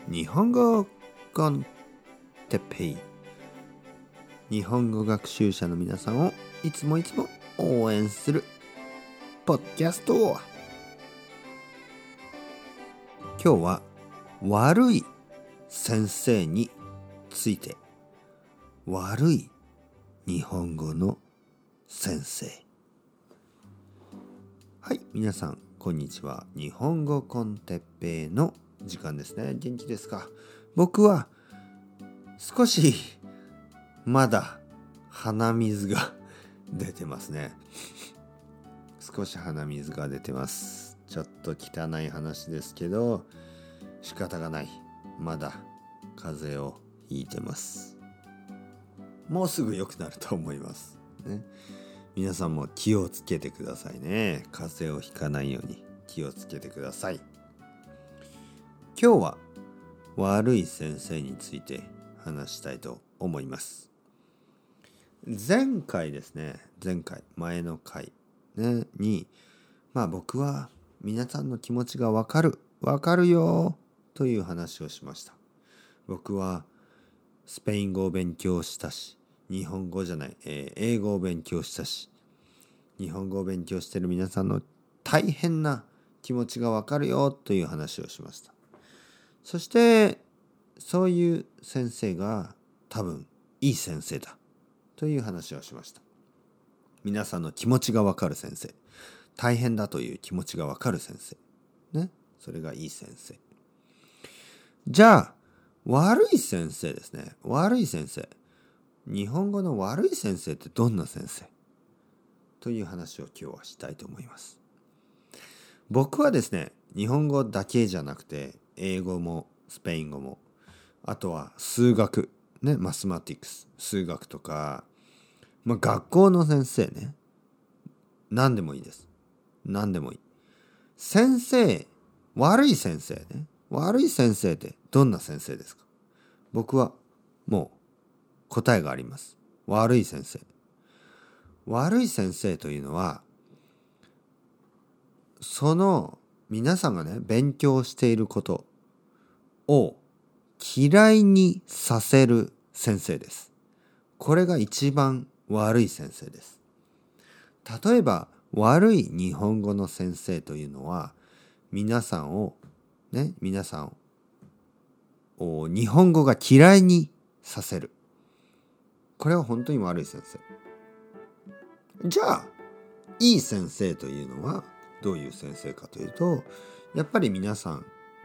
日本語コンテッペイ。日本語学習者の皆さんをいつも応援するポッドキャスト。今日は悪い先生について。悪い日本語の先生。はい、皆さんこんにちは。日本語コンテッペイの時間ですね。元気ですか？僕は少しまだ鼻水が出てますね。少し鼻水が出てます。ちょっと汚い話ですけど仕方がない。まだ風邪をひいてます。もうすぐ良くなると思いますね。皆さんも気をつけてくださいね。風邪をひかないように気をつけてください。今日は悪い先生について話したいと思います。前回前の回、ね、に僕は皆さんの気持ちがわかるよという話をしました。僕はスペイン語を勉強したし、英語を勉強したし、日本語を勉強している皆さんの大変な気持ちがわかるよという話をしました。そしてそういう先生が多分いい先生だという話をしました。皆さんの気持ちがわかる先生、大変だという気持ちがわかる先生ね、それがいい先生。じゃあ悪い先生ですね。悪い先生、日本語の悪い先生ってどんな先生という話を今日はしたいと思います。僕はですね、日本語だけじゃなくて英語もスペイン語も、あとは数学ね、マスマティクス、数学とか、学校の先生ね、何でもいいです。何でもいい。先生、悪い先生ね。悪い先生ってどんな先生ですか？僕はもう答えがあります。悪い先生。悪い先生というのは、その皆さんがね、勉強していることを嫌いにさせる先生です。これが一番悪い先生です。例えば悪い日本語の先生というのは、皆さんを日本語が嫌いにさせる。これは本当に悪い先生。じゃあいい先生というのはどういう先生かというと、やっぱり皆さん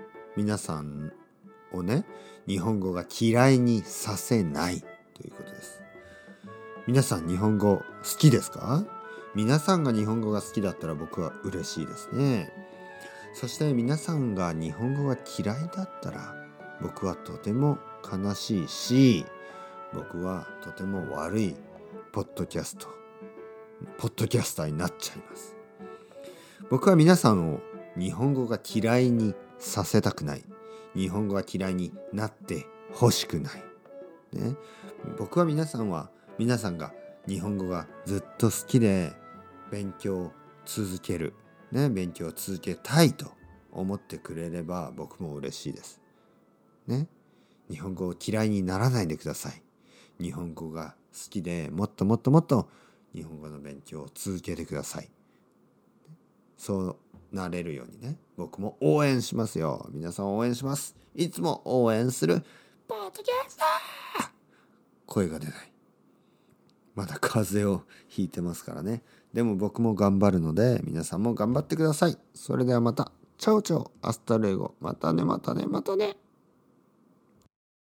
をね、日本語が嫌いにさせないということです。皆さん日本語好きですか？皆さんが日本語が好きだったら僕は嬉しいですね。そして皆さんが日本語が嫌いだったら僕はとても悲しいし、僕はとても悪いポッドキャスターになっちゃいます。僕は皆さんを日本語が嫌いにさせたくない。日本語が嫌いになってほしくない、ね、僕は皆さんが日本語がずっと好きで勉強を続ける、ね、勉強を続けたいと思ってくれれば僕も嬉しいです、ね、日本語を嫌いにならないでください。日本語が好きでもっと日本語の勉強を続けてください。そうなれるようにね、僕も応援しますよ。皆さん応援します。いつも応援するポッドキャスター。声が出ない。まだ風邪をひいてますからね。でも僕も頑張るので皆さんも頑張ってください。それではまた。チャオチャオ。アスタルエゴ。またね。